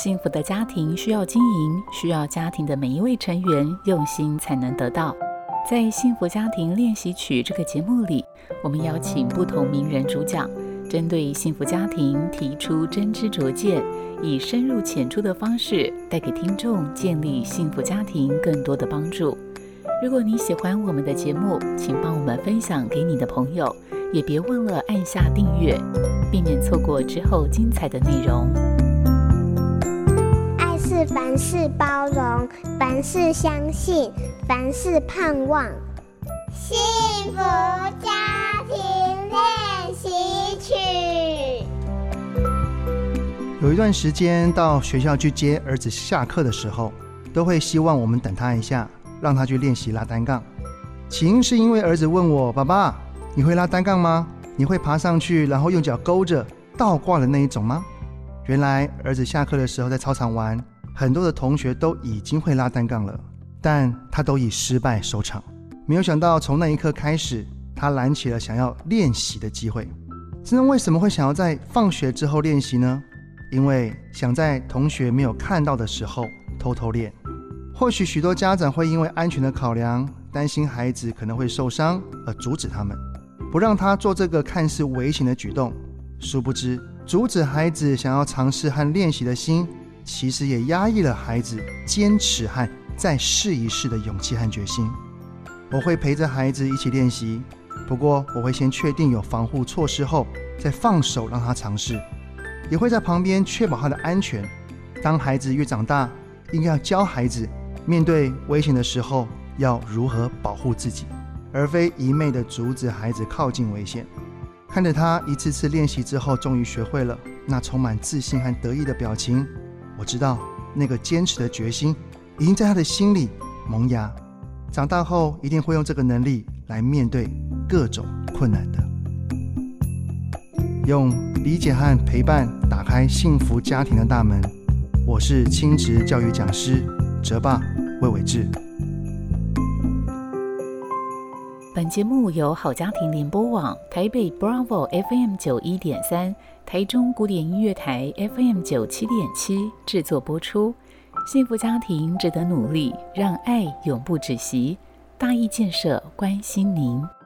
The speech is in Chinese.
幸福的家庭需要经营，需要家庭的每一位成员用心才能得到。在幸福家庭练习曲这个节目里，我们邀请不同名人主讲，针对幸福家庭提出真知灼见，以深入浅出的方式带给听众建立幸福家庭更多的帮助。如果你喜欢我们的节目，请帮我们分享给你的朋友，也别忘了按下订阅，避免错过之后精彩的内容。 爱是凡事包容，凡事相信，凡事盼望。幸福家庭练习曲。 有一段时间到学校去接儿子下课的时候，都会希望我们等他一下，让他去练习拉单杠。起因是因为儿子问我，爸爸，你会拉单杠吗？你会爬上去然后用脚勾着倒挂的那一种吗？原来儿子下课的时候在操场玩，很多的同学都已经会拉单杠了，但他都以失败收场。没有想到从那一刻开始，他燃起了想要练习的机会。那为什么会想要在放学之后练习呢？因为想在同学没有看到的时候偷偷练。或许许多家长会因为安全的考量，担心孩子可能会受伤而阻止他们，不让他做这个看似危险的举动。殊不知，阻止孩子想要尝试和练习的心，其实也压抑了孩子坚持和再试一试的勇气和决心。我会陪着孩子一起练习，不过我会先确定有防护措施后，再放手让他尝试，也会在旁边确保他的安全。当孩子越长大，应该要教孩子面对危险的时候要如何保护自己，而非一昧的阻止孩子靠近危险。看着他一次次练习之后终于学会了，那充满自信和得意的表情，我知道那个坚持的决心已经在他的心里萌芽，长大后一定会用这个能力来面对各种困难的。用理解和陪伴打开幸福家庭的大门。我是亲职教育讲师哲爸魏伟志。 本节目由好家庭联播网、台北 Bravo FM 91.3、台中古典音乐台 FM 97.7制作播出。幸福家庭值得努力，让爱永不止息。大义建设关心您。